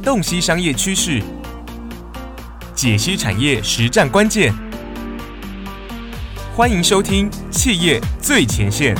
洞悉商业趋势，解析产业实战关键。欢迎收听《企业最前线》。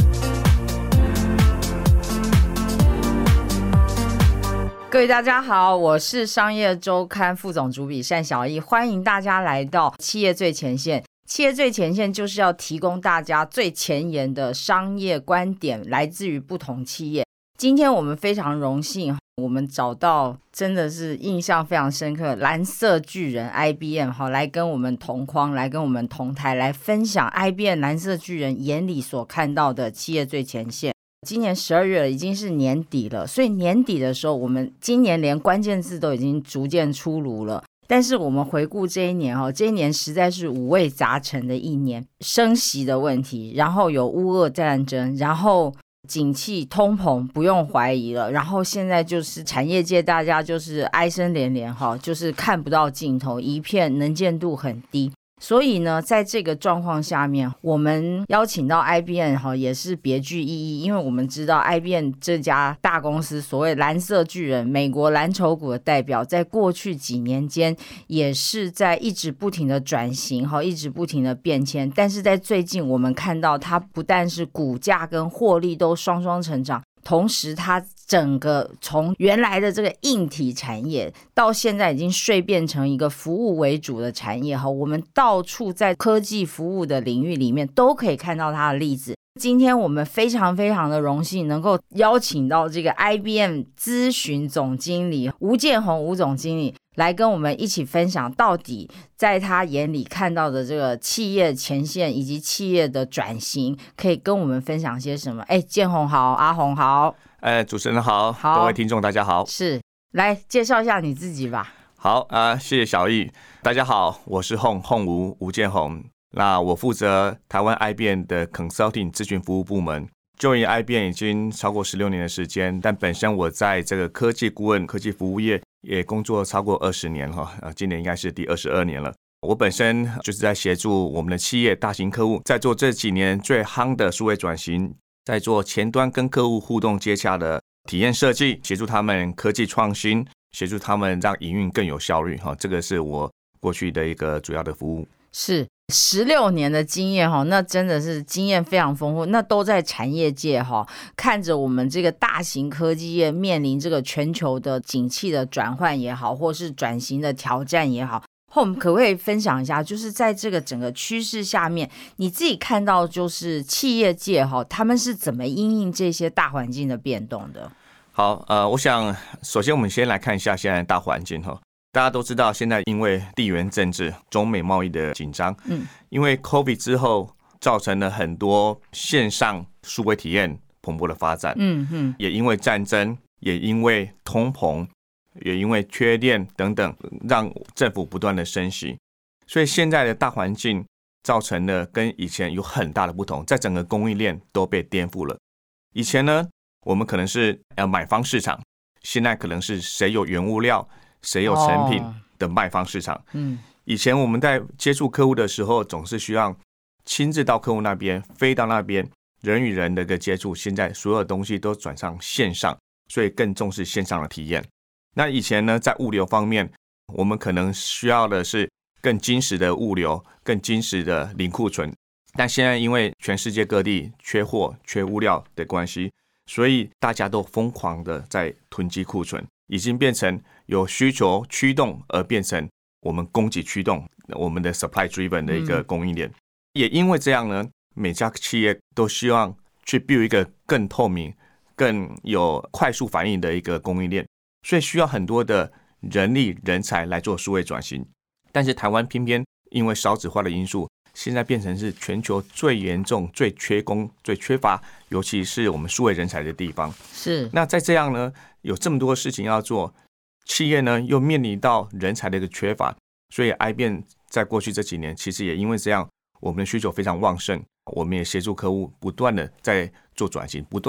各位大家好，我是商业周刊副总主笔单小艺，欢迎大家来到企业最前线。企业最前线就是要提供大家最前沿的商业观点，来自于不同企业。今天我们非常荣幸，我们找到真的是印象非常深刻蓝色巨人 IBM 来跟我们同框，来跟我们同台，来分享 IBM 蓝色巨人眼里所看到的企业最前线。今年12月了，已经是年底了，所以年底的时候，我们今年连关键字都已经逐渐出炉了。但是我们回顾这一年，这一年实在是五味杂陈的一年，升息的问题，然后有乌俄战争，然后景气通膨不用怀疑了，然后现在就是产业界大家就是哀声连连，就是看不到尽头，一片能见度很低。所以呢，在这个状况下面，我们邀请到 IBM 也是别具意义，因为我们知道 IBM 这家大公司所谓蓝色巨人，美国蓝筹股的代表，在过去几年间也是在一直不停的转型，一直不停的变迁，但是在最近我们看到它不但是股价跟获利都双双成长，同时它整个从原来的这个硬体产业到现在已经蜕变成一个服务为主的产业，我们到处在科技服务的领域里面都可以看到它的例子。今天我们非常非常的荣幸能够邀请到这个 IBM 咨询总经理吴建宏吴总经理来跟我们一起分享，到底在他眼里看到的这个企业前线以及企业的转型，可以跟我们分享些什么。建宏好，阿宏好。 主持人好，各位听众大家好。 是，来介绍一下你自己吧。 好谢谢小易。大家好，我是洪吴建宏。那我负责台湾 IBM 的 Consulting 咨询服务部门。join IBM 已经超过16年的时间，但本身我在这个科技顾问、科技服务业也工作超过20年今年应该是第22年了。我本身就是在协助我们的企业、大型客户，在做这几年最夯的数位转型，在做前端跟客户互动接洽的体验设计，协助他们科技创新，协助他们让营运更有效率。这个是我过去的一个主要的服务。 是16年的经验，那真的是经验非常丰富，那都在产业界看着我们这个大型科技业面临这个全球的景气的转换也好，或是转型的挑战也好，我们可不可以分享一下，就是在这个整个趋势下面，你自己看到就是企业界他们是怎么因应这些大环境的变动的？ 好，我想首先我们先来看一下现在的大环境。大家都知道，现在因为地缘政治、中美贸易的紧张，因为 COVID 之后造成了很多线上数位体验蓬勃的发展，也因为战争，也因为通膨，也因为缺电等等，让政府不断的升息，所以现在的大环境造成了跟以前有很大的不同，在整个供应链都被颠覆了。以前呢，我们可能是买方市场，现在可能是谁有原物料，谁有成品的卖方市场。以前我们在接触客户的时候，总是需要亲自到客户那边，飞到那边，人与人的一个接触。现在所有的东西都转上线上，所以更重视线上的体验。那以前呢，在物流方面，我们可能需要的是更精实的物流，更精实的零库存。但现在因为全世界各地缺货、缺物料的关系，所以大家都疯狂的在囤积库存，已经变成有需求驱动，而变成我们供给驱动，我们的 supply driven 的一个供应链。也因为这样呢，每家企业都希望去 build 一个更透明、更有快速反应的一个供应链，所以需要很多的人力人才来做数位转型。但是台湾偏偏因为少子化的因素，现在变成是全球最严重、最缺工、最缺乏，尤其是我们数位人才的地方。 是。 那在这样呢，有这么多事情要做，企业呢又面临到人才的一个缺乏，所以 IBM 在过去这几年，其实也因为这样，我们的需求非常旺盛，我们也协助客户不断的在做转型，不断的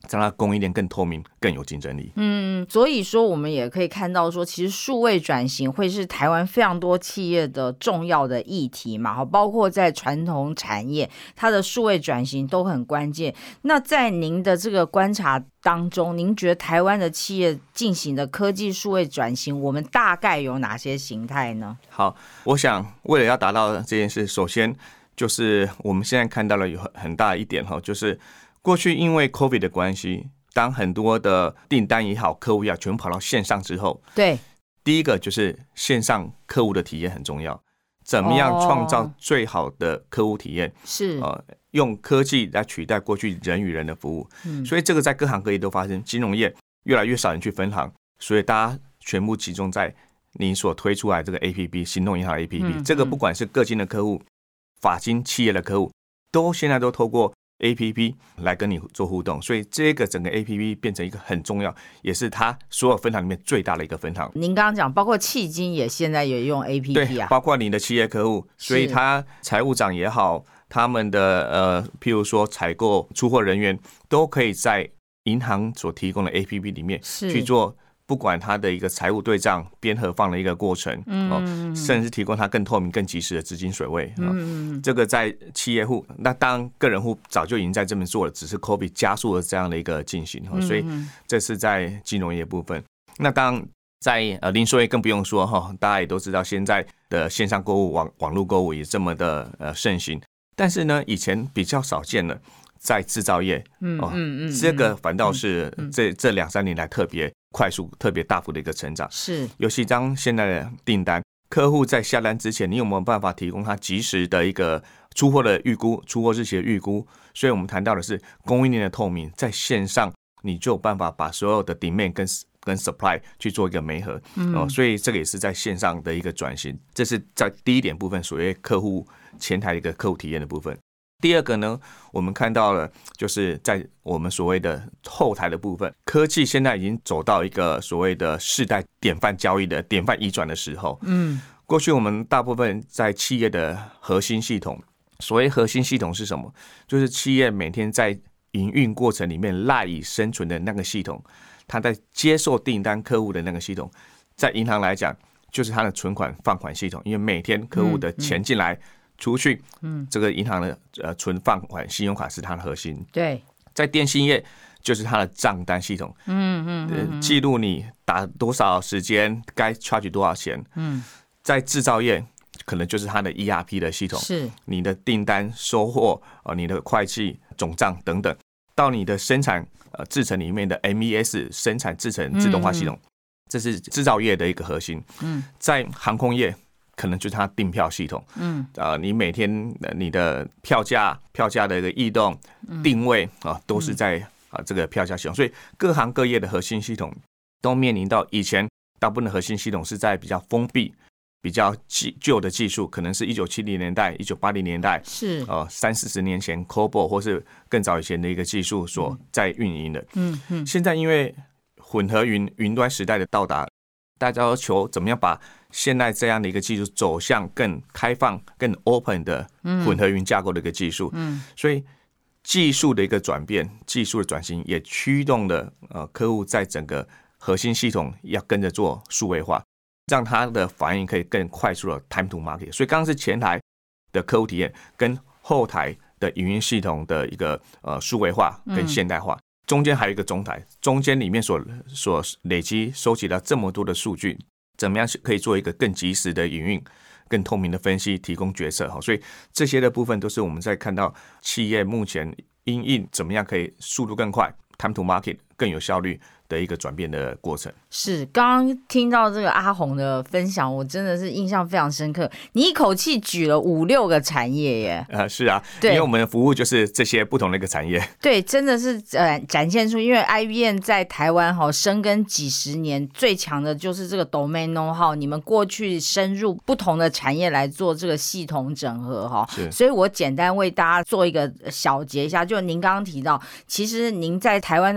让它供应链更透明、更有竞争力。 所以说我们也可以看到说，其实数位转型会是台湾非常多企业的重要的议题嘛，包括在传统产业，它的数位转型都很关键。那在您的这个观察当中，您觉得台湾的企业进行的科技数位转型，我们大概有哪些形态呢？ 好，我想为了要达到这件事，首先就是我们现在看到了有很大一点，就是过去因为 COVID 的关系，当很多的订单也好，客户也好，全部跑到线上之后， 对， 第一个就是线上客户的体验很重要，怎么样创造最好的客户体验？ 是用科技来取代过去人与人的服务。所以这个在各行各业都发生，金融业越来越少人去分行，所以大家全部集中在你所推出来这个 APP 行动银行 APP，这个不管是个金的客户、法金企业的客户，现在都透过 APP 来跟你做互动，所以这个整个 APP 变成一个很重要，也是它所有分行里面最大的一个分行。 您刚刚讲，包括企金也现在也用 APP 对，包括你的企业客户，所以他财务长也好，他们的譬如说采购、出货人员都可以在银行所提供的 APP 里面去做。不管他的一个财务对账编核放的一个过程，甚至提供他更透明、更及时的资金水位，这个在企业户，那当然个人户早就已经在这边做了，只是 COVID 加速了这样的一个进行，所以这是在金融业部分。那当然在零售业更不用说，大家也都知道现在的线上购物、网络购物也这么的盛行，但是呢，以前比较少见了。在制造业，这个反倒是这2-3年来特别快速、特别大幅的一个成长。 是， 尤其当现在的订单，客户在下单之前，你有没有办法提供他及时的一个出货的预估、出货日期的预估？所以我们谈到的是供应链的透明，在线上你就有办法把所有的 demand 跟 supply 去做一个媒合，所以这个也是在线上的一个转型。这是在第一点部分，所谓客户前台的一个客户体验的部分。第二个呢，我们看到了，就是在我们所谓的后台的部分，科技现在已经走到一个所谓的世代典范交易的典范移转的时候。过去我们大部分在企业的核心系统，所谓核心系统是什么？就是企业每天在营运过程里面赖以生存的那个系统，它在接受订单客户的那个系统，在银行来讲，就是它的存款放款系统，因为每天客户的钱进来。出去，这个银行的存放款、信用卡是它的核心。 对， 在电信业就是它的账单系统，记录你打多少时间，该 charge 多少钱。在制造业可能就是它的 ERP 的系统， 是你的订单、收货、你的会计、总账等等，到你的生产制程里面的 MES 生产制程自动化系统，这是制造业的一个核心。在航空业。可能就是它订票系统，你每天你的票价的一个异动、定位都是在这个票价系统，所以各行各业的核心系统都面临到以前大部分的核心系统是在比较封闭、比较旧的技术，可能是1970年代、1980年代， 是 30-40年前 COBOL 或是更早以前的一个技术所在运营的。现在因为混合云端时代的到达，大家要求怎么样把现在这样的一个技术走向更开放、更 open 的混合云架构的一个技术，所以技术的一个转变、技术的转型也驱动了客户在整个核心系统要跟着做数位化，让它的反应可以更快速的 time to market。所以刚刚是前台的客户体验跟后台的营运系统的一个数位化跟现代化，中间还有一个中台，中间里面所累积收集到这么多的数据。怎么样可以做一个更及时的营运、更透明的分析，提供决策？所以这些的部分都是我们在看到企业目前因应怎么样可以速度更快 ，time to market 更有效率的一个转变的过程。 是，刚刚听到这个阿宏的分享，我真的是印象非常深刻。你一口气举了5-6个产业耶。 是啊，因为我们的服务就是这些不同的一个产业。 对，真的是展现出，因为 IBM 在台湾深耕几十年，最强的就是这个 domain know-how。你们过去深入不同的产业来做这个系统整合所以我简单为大家做一个小结一下，就您刚刚提到，其实您在台湾的这个数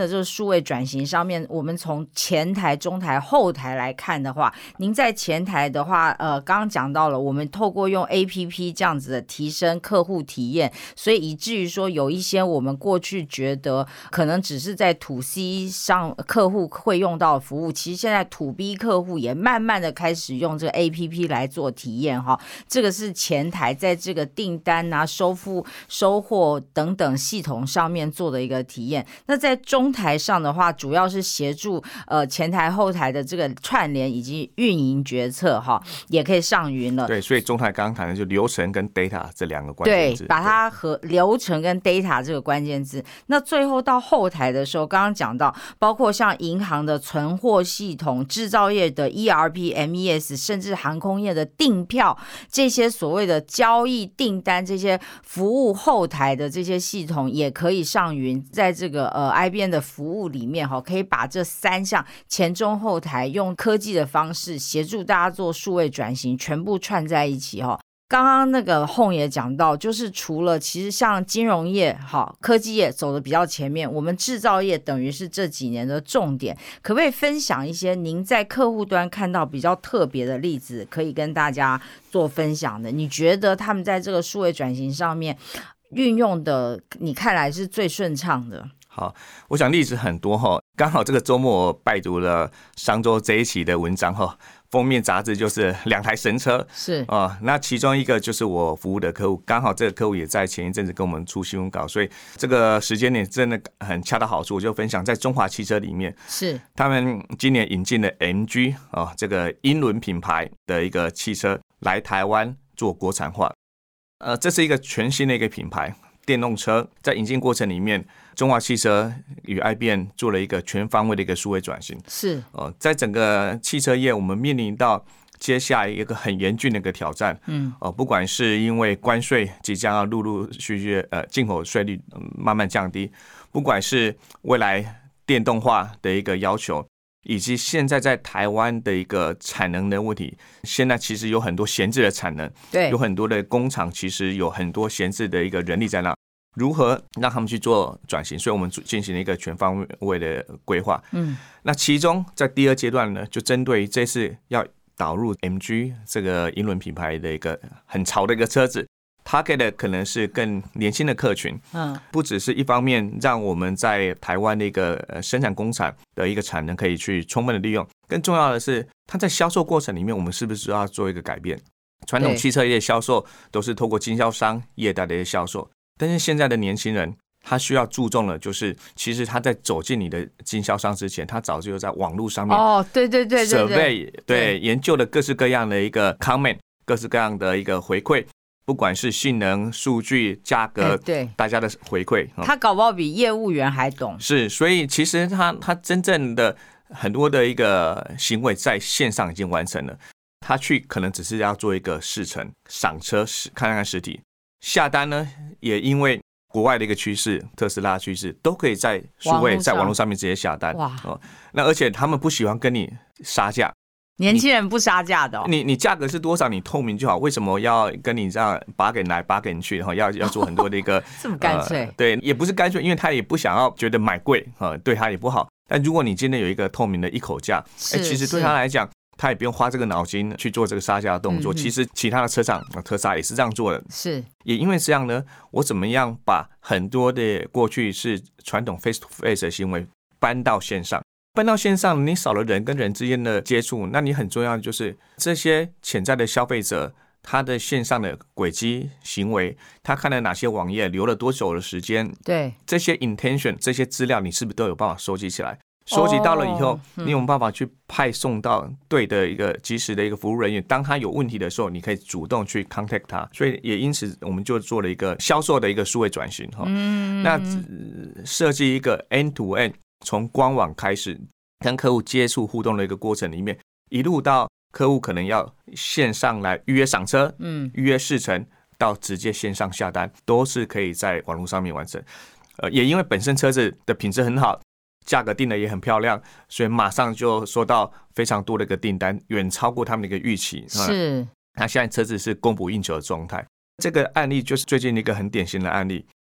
位转型上面，我们从前台、中台、后台来看的话，您在前台的话，刚刚讲到了，我们透过用 APP 这样子的提升客户体验，所以以至于说有一些我们过去觉得可能只是在 To C 上客户会用到的服务，其实现在 To B 客户也慢慢的开始用这个 APP 来做体验哈。这个是前台在这个订单啊、收付、收货等等系统上面做的一个体验。那在中台上的话，主要是协助前台后台的这个串联以及运营决策哈，也可以上云了。 对，所以中台刚刚谈的就流程跟 data 这两个关键字， 对，把它和流程跟 data 这个关键字。那最后到后台的时候，刚刚讲到，包括像银行的存货系统、制造业的 ERP、MES， 甚至航空业的订票，这些所谓的交易订单这些服务后台的这些系统也可以上云，在这个IBM 的服务里面可以把这3项前中后台用科技的方式协助大家做数位转型，全部串在一起刚刚那个Hong也讲到，就是除了其实像金融业、科技业走的比较前面，我们制造业等于是这几年的重点。可不可以分享一些您在客户端看到比较特别的例子，可以跟大家做分享的？你觉得他们在这个数位转型上面运用的，你看来是最顺畅的？ 好，我想例子很多刚好这个周末我拜读了商周这一期的文章封面杂志就是2台神车， 是那其中一个就是我服务的客户，刚好这个客户也在前一阵子跟我们出新闻稿，所以这个时间点真的很恰到好处，我就分享在中华汽车里面， 是他们今年引进了 MG 这个英伦品牌的一个汽车来台湾做国产化，这是一个全新的一个品牌。电动车在引进过程里面，中华汽车与 IBM 做了一个全方位的一个数位转型。 是在整个汽车业，我们面临到接下来一个很严峻的一个挑战。不管是因为关税即将要陆陆续续进口税率慢慢降低，不管是未来电动化的一个要求，以及现在在台湾的一个产能的问题，现在其实有很多闲置的产能， 对， 有很多的工厂其实有很多闲置的一个人力在那，如何让他们去做转型？所以我们进行了一个全方位的规划。那其中在第2阶段呢，就针对这次要导入 MG 这个英伦品牌的一个很潮的一个车子。target 的可能是更年轻的客群，不只是一方面让我们在台湾的一个生产工厂的一个产能可以去充分的利用，更重要的是它在销售过程里面，我们是不是要做一个改变？传统汽车业销售都是透过经销商业代的一些销售，但是现在的年轻人他需要注重的就是，其实他在走进你的经销商之前，他早就在网络上面对 survey 对研究的各式各样的一个 comment， 各式各样的一个回馈。不管是性能、数据、价格， 对大家的回馈， 他搞不好比业务员还懂。 是，所以其实他真正的很多的一个行为在线上已经完成了，他去可能只是要做一个试乘、赏车、看看实体，下单呢，也因为国外的一个趋势，特斯拉的趋势，都可以在数位在网络上面直接下单。 哇， 那而且他们不喜欢跟你杀价。 年轻人不杀价的你价格是多少，你透明就好。为什么要跟你这样拔给来拔给你去？要做很多的一个这么干脆？ 对，也不是干脆，因为他也不想要觉得买贵对他也不好。但如果你今天有一个透明的一口价，其实对他来讲，他也不用花这个脑筋去做这个杀价的动作。其实其他的车厂，特斯拉也是这样做的。 是， 也因为这样呢，我怎么样把很多的过去是传统 face to face 的行为搬到线上？搬到线上，你少了人跟人之间的接触，那你很重要的就是这些潜在的消费者，他的线上的轨迹行为，他看了哪些网页，留了多久的时间， 对这些 intention 这些资料，你是不是都有办法收集起来？收集到了以后，你有办法去派送到对的一个及时的一个服务人员，当他有问题的时候，你可以主动去 contact 他。所以也因此，我们就做了一个销售的一个数位转型那设计一个 end to end。从官网开始跟客户接触互动的一个过程里面，一路到客户可能要线上来预约赏车，预约试乘，到直接线上下单，都是可以在网络上面完成。也因为本身车子的品质很好，价格定的也很漂亮，所以马上就收到非常多的一个订单，远超过他们的一个预期。 是， 那现在车子是供不应求的状态。这个案例就是最近一个很典型的案例。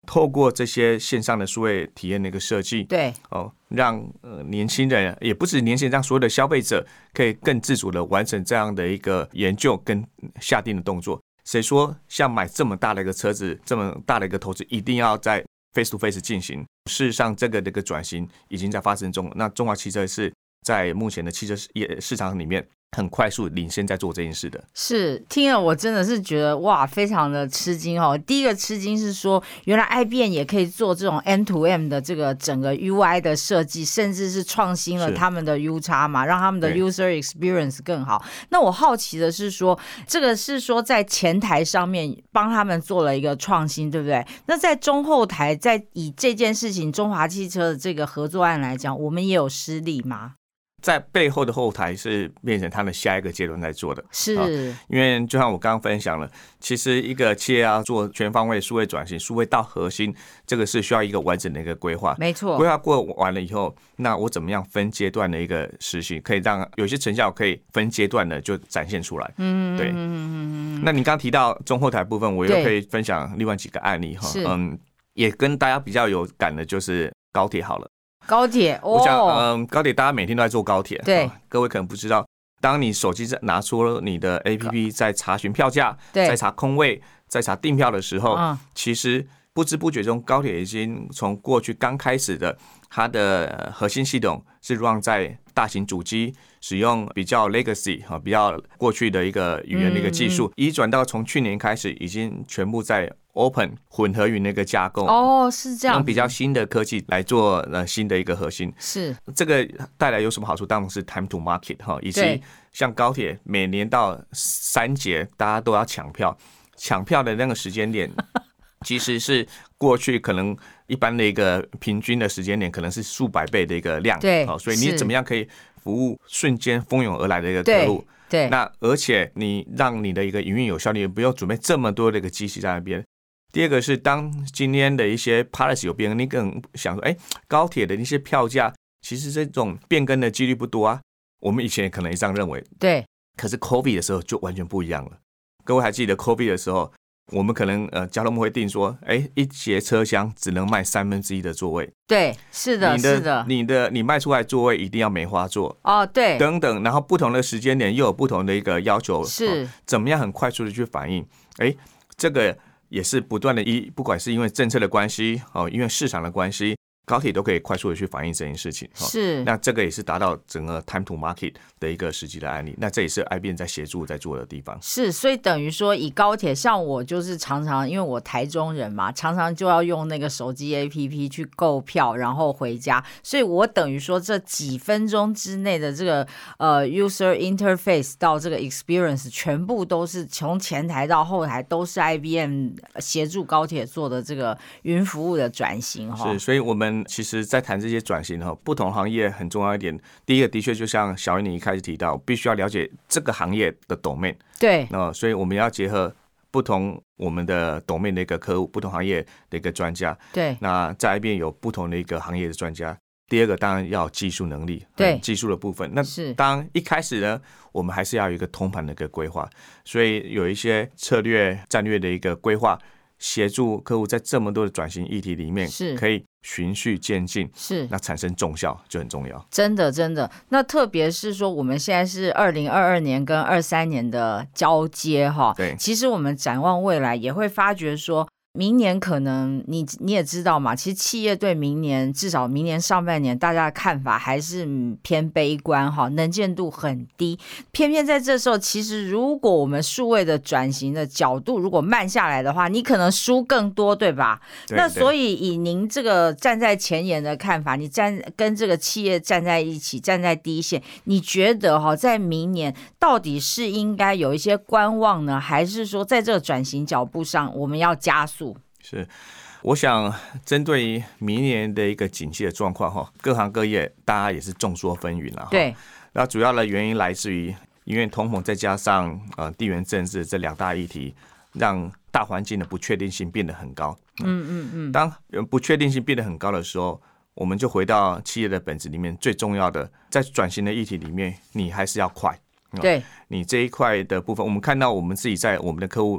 透过这些线上的数位体验的一个设计， 对让年轻人也不止年轻人，让所有的消费者可以更自主的完成这样的一个研究跟下定的动作。谁说像买这么大的一个车子，这么大的一个投资，一定要在 face to face 进行？事实上，这个的一个转型已经在发生中。那中华汽车是在目前的汽车市场里面很快速领先在做这件事的。 是，听了我真的是觉得哇，非常的吃惊哦。第一个吃惊是说，原来 IBM 也可以做这种 M2M 的这个整个 UI 的设计，甚至是创新了他们的 UX 嘛，让他们的 user experience 更好。那我好奇的是说，这个是说在前台上面帮他们做了一个创新，对不对？那在中后台，在以这件事情中华汽车的这个合作案来讲，我们也有失利吗？ 在背后的后台是变成他的下一个阶段在做的， 是因为就像我刚刚分享了，其实一个企业要做全方位数位转型，数位到核心，这个是需要一个完整的一个规划。 没错， 规划过完了以后，那我怎么样分阶段的一个实行，可以让有些成效可以分阶段的就展现出来。对。那你刚刚提到中后台部分，我又可以分享另外几个案例哈。也跟大家比较有感的就是高铁好了。 高铁， 我想，高铁大家每天都在坐高铁， 对， 各位可能不知道，当你手机拿出你的 APP 在查询票价，在查空位，在查订票的时候，其实不知不觉中，高铁已经从过去刚开始的它的核心系统是 run 在大型主机，使用比较 legacy 比较过去的一个语言的一个技术，移转到从去年开始已经全部在Open 混合云的一个架构是这样， 用比较新的科技来做新的一个核心。 是这个带来有什么好处？当然是 time to market 以及像高铁每年到3节，大家都要抢票，抢票的那个时间点，其实是过去可能一般的一个平均的时间点，可能是数百倍的一个量。 对， 所以你怎么样可以服务瞬间蜂拥而来的一个客户？ 对， 那而且你让你的一个营运有效率，不用准备这么多的一个机器在那边。第二个是，当今天的一些 policy 有变，你更想说，高铁的一些票价，其实这种变更的几率不多啊。我们以前可能也这样认为， 对。 可是 COVID 的时候就完全不一样了。各位还记得 COVID 的时候，我们可能交通部会定说，一节车厢只能卖1/3的座位。 对，是的，是的。 你卖出来的座位一定要梅花座对， 等等，然后不同的时间点又有不同的一个要求， 是怎么样很快速的去反应？这个。也是不断的不管是因为政策的关系，因为市场的关系，高铁都可以快速的去反映这件事情。 是， 那这个也是达到整个 time to market 的一个实际的案例。那这也是 IBM 在协助在做的地方。 是，所以等于说以高铁，像我就是常常因为我台中人嘛，常常就要用那个手机 APP 去购票，然后回家，所以我等于说这几分钟之内的这个user interface 到这个 experience， 全部都是从前台到后台都是 IBM 协助高铁做的这个云服务的转型。 是，所以我们其实在谈这些转型不同行业很重要一点。第一个的确就像小英你一开始提到，必须要了解这个行业的 domain。 对， 所以我们要结合不同我们的 domain 的一个客户，不同行业的一个专家。 对， 那在 IBM 有不同的一个行业的专家。第二个当然要有技术能力， 对技术的部分。那当然一开始呢，我们还是要有一个通盘的一个规划，所以有一些策略战略的一个规划。协助客户在这么多的转型议题里面，可以循序渐进， 是那产生重效就很重要。 真的，真的。那特别是说，我们现在是2022年跟23年的交接哈， 对， 其实我们展望未来，也会发觉说。明年可能你也知道嘛，其实企业对明年至少明年上半年大家的看法还是偏悲观哈，能见度很低。偏偏在这时候，其实如果我们数位的转型的角度如果慢下来的话，你可能输更多，对吧？ 对， 那所以以您这个站在前沿的看法，你跟这个企业站在一起，站在第一线，你觉得在明年到底是应该有一些观望呢，还是说在这个转型脚步上我们要加速？ 是，我想针对于明年的一个景气的状况各行各业大家也是众说纷纭了。 对， 那主要的原因来自于因为通膨再加上地缘政治这2大议题，让大环境的不确定性变得很高。当不确定性变得很高的时候，我们就回到企业的本质里面，最重要的在转型的议题里面，你还是要快。 对， 你这一块的部分，我们看到我们自己在我们的客户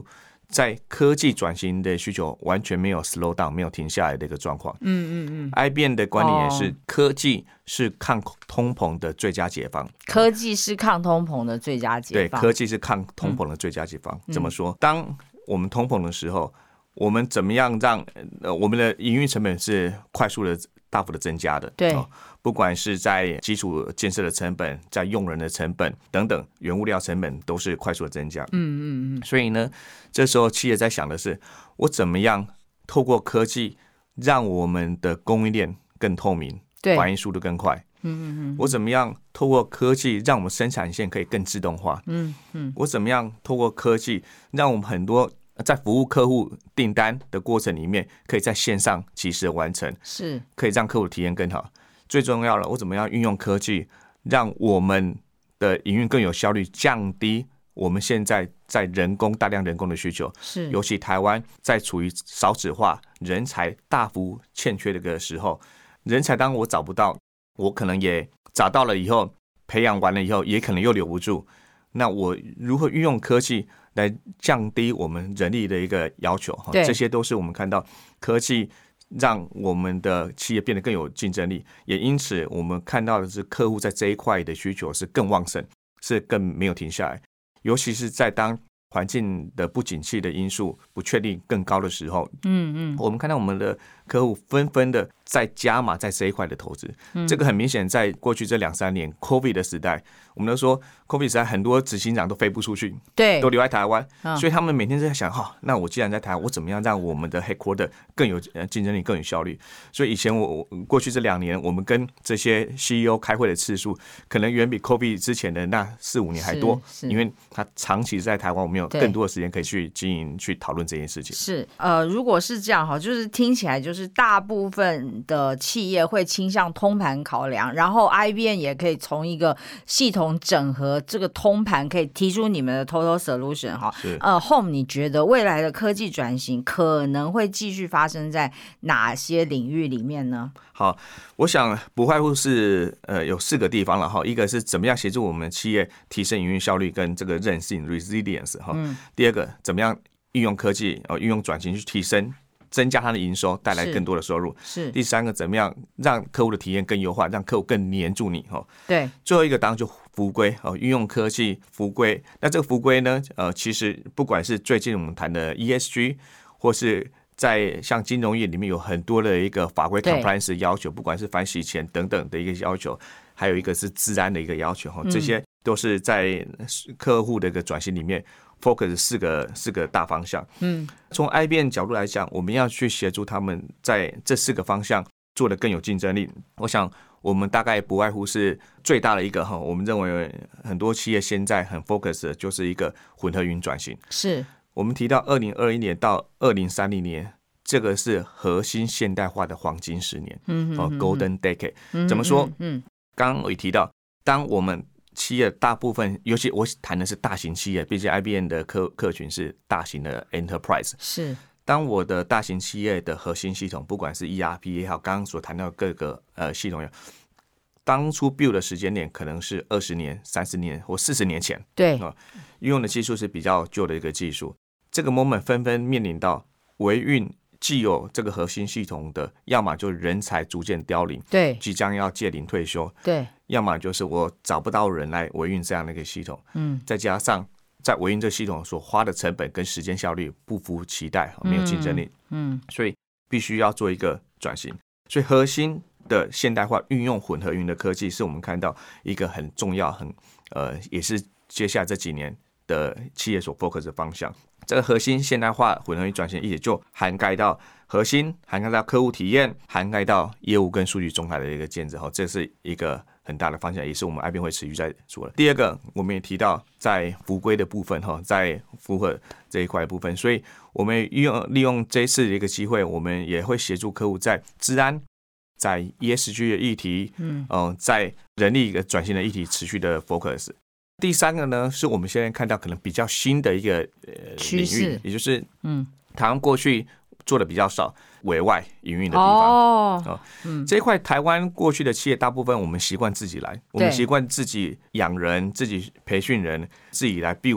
在科技转型的需求完全没有 slow down， 没有停下来的一个状况。IBM 的观点也是，科技是抗通膨的最佳解方。 科技是抗通膨的最佳解方。 对，科技是抗通膨的最佳解方。怎么说？当我们通膨的时候，我们怎么样让我们的营运成本是快速的大幅的增加的？ 对， 不管是在基础建设的成本，在用人的成本等等，原物料成本都是快速的增加。所以呢，这时候企业在想的是，我怎么样透过科技让我们的供应链更透明，反应速度更快。我怎么样透过科技让我们生产线可以更自动化？我怎么样透过科技让我们很多在服务客户订单的过程里面，可以在线上及时的完成，是可以让客户体验更好。最重要了，我怎么样运用科技让我们的营运更有效率，降低我们现在在大量人工的需求。是，尤其台湾在处于少子化、人才大幅欠缺的一个时候，人才当我找不到，我可能也找到了以后，培养完了以后，也可能又留不住。那我如何运用科技来降低我们人力的一个要求？这些都是我们看到科技让我们的企业变得更有竞争力，也因此我们看到的是客户在这一块的需求是更旺盛，是更没有停下来。尤其是在当环境的不景气的因素不确定更高的时候，我们看到我们的客户纷纷的在加码在这一块的投资。这个很明显，在过去这2-3年 COVID 的时代，我们都说 COVID 时代很多执行长都飞不出去，对，都留在台湾，所以他们每天在想，那我既然在台湾，我怎么样让我们的 headquarter 更有竞争力、更有效率？所以以前我过去这2年，我们跟这些 CEO 开会的次数，可能远比 COVID 之前的那4-5年还多，因为他长期在台湾，我们有更多的时间可以去经营、去讨论这件事情。 是，如果是这样哈，就是听起来就是大部分的企业会倾向通盘考量，然后 IBM 也可以从一个系统整合这个通盘，可以提出你们的 total solution 哈。Home 你觉得未来的科技转型可能会继续发生在哪些领域里面呢？ 好，我想不外乎是有4个地方了哈。一个是怎么样协助我们企业提升营运效率跟这个韧性 resilience 哈。第二个怎么样运用科技运用转型去提升增加它的营收，带来更多的收入。是。第3个怎么样让客户的体验更优化，让客户更黏住你哈。对。最后一个当然就福规运用科技福规。那这个福规呢其实不管是最近我们谈的 ESG， 或是在像金融业里面有很多的一个法规 compliance 的要求，不管是反洗钱等等的一个要求，还有一个是治安的一个要求，这些都是在客户的一个转型里面 focus 四个大方向。从 IBM 角度来讲，我们要去协助他们在这4个方向做得更有竞争力。我想我们大概不外乎是最大的一个我们认为很多企业现在很 focus 的就是一个混合云转型。是。我们提到2021年到2030年，这个是核心现代化的黄金10年，Golden Decade。怎么说？刚刚我也提到，当我们企业大部分，尤其我谈的是大型企业，毕竟 IBM 的客群是大型的 enterprise。是。当我的大型企业的核心系统，不管是 ERP 也好，刚刚所谈到各个系统也好，当初 build 的时间点可能是20年、30年或40年前。对。运用的技术是比较旧的一个技术。这个 moment 纷纷面临到维运既有这个核心系统的，要么就是人才逐渐凋零，对，即将要届龄退休，对，要么就是我找不到人来维运这样的一个系统，再加上在维运这个系统所花的成本跟时间效率不符期待，没有竞争力，所以必须要做一个转型。所以核心的现代化运用混合云的科技，是我们看到一个很重要、也是接下来这几年的企业所 focus 的方向。这个核心现代化混合云转型也就涵盖到核心，涵盖到客户体验，涵盖到业务跟数据中台的一个建制，这是一个很大的方向，也是我们 IBM 会持续在做的。第二个，我们也提到在福规的部分，在符合这一块的部分，所以我们利用这一次的一个机会，我们也会协助客户在治安、在 ESG 的议题，在人力的转型的议题持续的 focus。第3个呢，是我们现在看到可能比较新的一个领域，也就是台湾过去做的比较少委外营运的地方。这一块台湾过去的企业大部分我们习惯自己来，我们习惯自己养人、自己培训人、自己来 build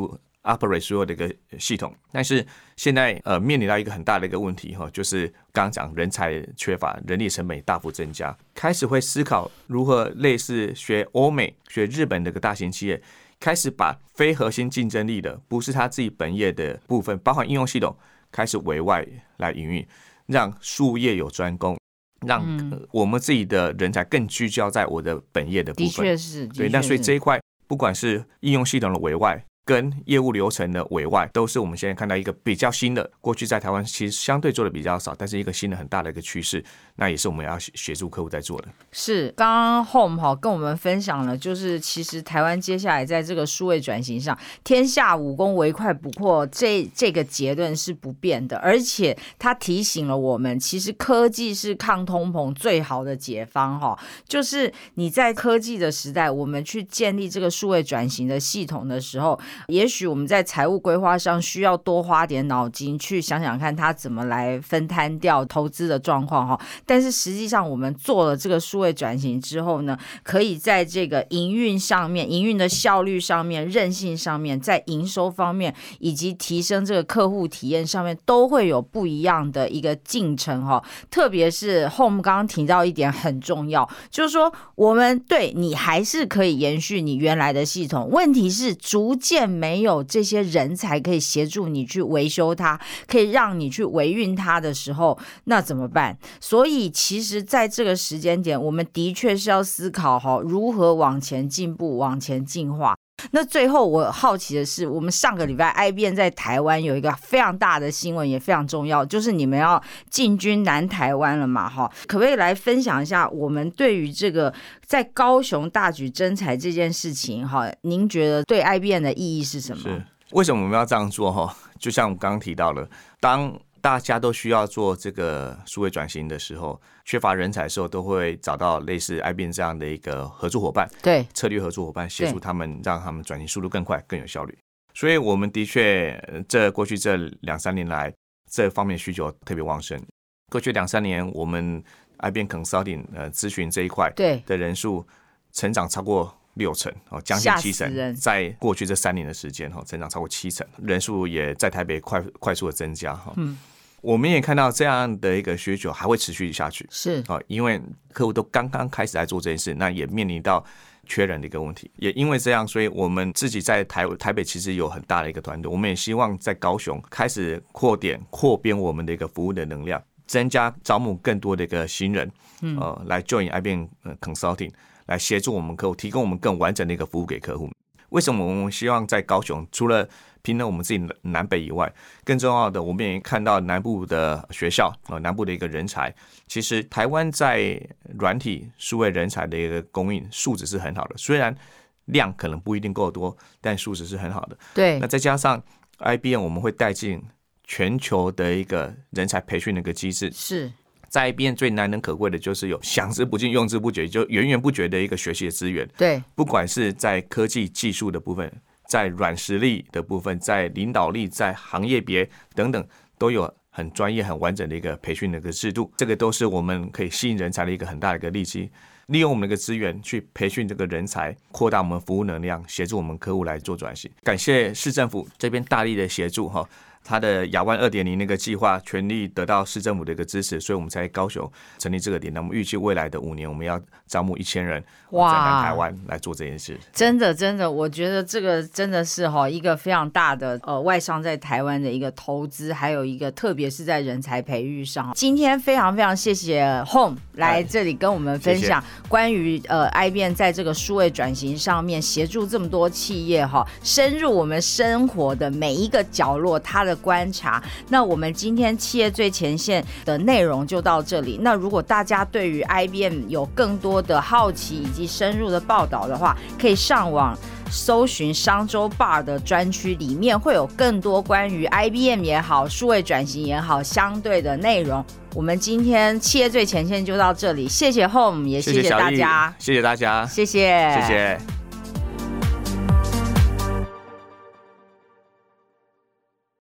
operate 所有的一个系统。但是现在面临到一个很大的一个问题就是刚刚讲人才缺乏，人力成本大幅增加，开始会思考如何类似学欧美、学日本的一个大型企业，开始把非核心竞争力的，不是他自己本业的部分，包含应用系统，开始委外来营运，让术业有专攻。让我们自己的人才更聚焦在我的本业的部分。 的确是， 对。那所以这一块，不管是应用系统的委外跟业务流程的委外，都是我们现在看到一个比较新的，过去在台湾其实相对做的比较少，但是一个新的很大的一个趋势，那也是我们要协助客户在做的。 是，刚刚 Home 跟我们分享了，就是其实台湾接下来在这个数位转型上，天下武功唯快不破这个结论是不变的，而且他提醒了我们，其实科技是抗通膨最好的解方就是你在科技的时代，我们去建立这个数位转型的系统的时候，也许我们在财务规划上需要多花点脑筋去想想看它怎么来分摊掉投资的状况但是实际上我们做了这个数位转型之后呢，可以在这个营运上面、营运的效率上面、韧性上面，在营收方面以及提升这个客户体验上面都会有不一样的一个进程特别是 Home 刚刚提到一点很重要，就是说我们对你还是可以延续你原来的系统，问题是逐渐没有这些人才可以协助你去维修它，可以让你去维运它的时候，那怎么办？所以其实在这个时间点，我们的确是要思考如何往前进步、往前进化。那最后我好奇的是，我们上个礼拜 IBM 在台湾有一个非常大的新闻，也非常重要，就是你们要进军南台湾了嘛可不可以来分享一下我们对于这个在高雄大举征才这件事情您觉得对 IBM 的意义是什么？ 是为什么我们要这样做就像我刚刚提到了，当大家都需要做这个数位转型的时候，缺乏人才的时候，都会找到类似 IBM 这样的一个合作伙伴， 对， 策略合作伙伴，协助他们，让他们转型速度更快、更有效率。所以我们的确，过去这2-3年来，这方面需求特别旺盛。过去2-3年，我们 IBM Consulting 咨询这一块的人数成长超过60%，将近70%，在过去这3年的时间成长超过70%，人数也在台北快速的增加。我们也看到这样的一个需求还会持续下去， 是因为客户都刚刚开始在做这件事，那也面临到缺人的一个问题。也因为这样，所以我们自己在台北其实有很大的一个团队，我们也希望在高雄开始扩编我们的一个服务的能量，增加招募更多的一个新人，来 join IBM Consulting， 来协助我们客户，提供我们更完整的一个服务给客户。为什么我们希望在高雄除了平衡我们自己南北以外，更重要的我们也看到南部的学校，南部的一个人才，其实台湾在软体数位人才的一个供应素质是很好的，虽然量可能不一定够多，但素质是很好的。 对， 那再加上 IBM 我们会带进全球的一个人才培训的一个机制， 是在 IBM 最难能可贵的就是有想之不尽用之不竭，就源源不绝的一个学习的资源。 对， 不管是在科技技术的部分，在软实力的部分，在领导力，在行业别等等，都有很专业很完整的一个培训的一个制度，这个都是我们可以吸引人才的一个很大的一个利基。利用我们的一个资源去培训这个人才，扩大我们服务能量，协助我们客户来做转型。感谢市政府这边大力的协助他的亚湾 2.0 那个计划全力得到市政府的一个支持，所以我们才在高雄成立这个点。那我们预计未来的5年，我们要招募1000人在南台湾来做这件事。 真的，我觉得这个真的是一个非常大的外商在台湾的一个投资，还有一个特别是在人才培育上。今天非常非常谢谢 Home 来这里跟我们分享关于IBM 在这个数位转型上面协助这么多企业深入我们生活的每一个角落，它的观察。那我们今天企业最前线的内容就到这里。那如果大家对于 IBM 有更多的好奇以及深入的报道的话，可以上网搜寻商周 BAR 的专区，里面会有更多关于 IBM 也好、数位转型也好相对的内容。我们今天企业最前线就到这里，谢谢 Home， 也谢谢大家， 谢谢大家， 谢谢。